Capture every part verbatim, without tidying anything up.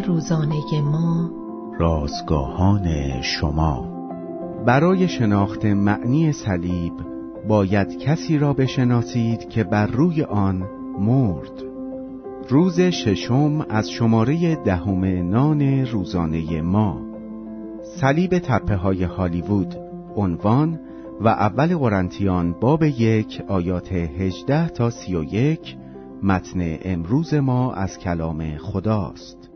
روزانه ما، رازگاهان شما. برای شناخت معنی صلیب باید کسی را بشناسید که بر روی آن مرد. روز ششم از شماره دهم نان روزانه ما. صلیب تپه های هالیوود. عنوان و اول قرنتیان باب یک آیات هجده تا سی و یک. متن امروز ما از کلام خداست.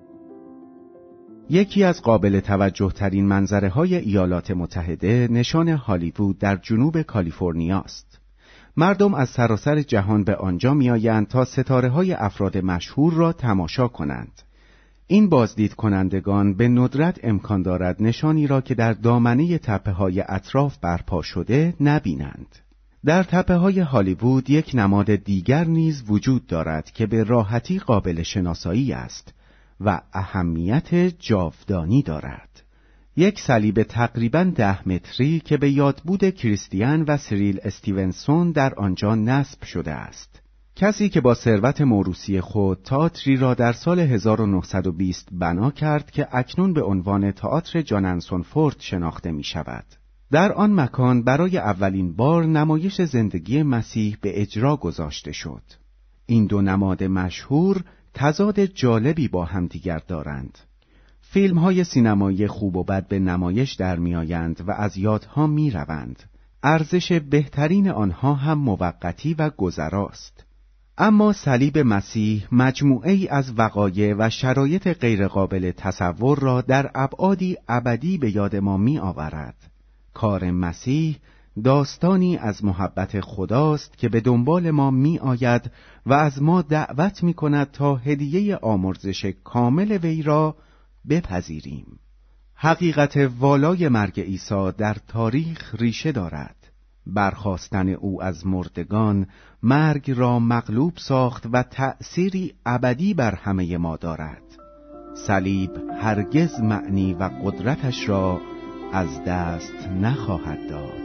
یکی از قابل توجه ترین منظره های ایالات متحده نشان هالیوود در جنوب کالیفرنیا است. مردم از سراسر جهان به آنجا می آیند تا ستاره های افراد مشهور را تماشا کنند. این بازدید کنندگان به ندرت امکان دارد نشانی را که در دامنه تپه های اطراف برپا شده نبینند. در تپه های هالیوود یک نماد دیگر نیز وجود دارد که به راحتی قابل شناسایی است و اهمیت جاودانی دارد. یک صلیب تقریباً ده متری که به یادبود کریستیان و سیریل استیونسون در آنجا نصب شده است. کسی که با ثروت موروثی خود تئاتری را در سال هزار و نهصد و بیست بنا کرد که اکنون به عنوان تئاتر جان انسون فورد شناخته می شود. در آن مکان برای اولین بار نمایش زندگی مسیح به اجرا گذاشته شد. این دو نماد مشهور تضاد جالبی با همدیگر دارند. فیلم‌های سینمایی خوب و بد به نمایش در می‌آیند و از یادها می‌روند. ارزش بهترین آنها هم موقتی و گذراست. اما صلیب مسیح مجموعه‌ای از وقایع و شرایط غیرقابل تصور را در ابعادی ابدی به یاد ما می‌آورد. کار مسیح داستانی از محبت خداست که به دنبال ما می آید و از ما دعوت می کند تا هدیه آمرزش کامل وی را بپذیریم. حقیقت والای مرگ عیسی در تاریخ ریشه دارد. برخاستن او از مردگان مرگ را مغلوب ساخت و تأثیری ابدی بر همه ما دارد. صلیب هرگز معنی و قدرتش را از دست نخواهد داد.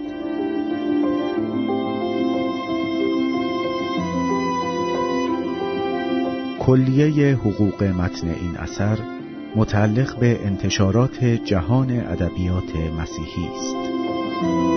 کلیه حقوق متن این اثر متعلق به انتشارات جهان ادبیات مسیحی است.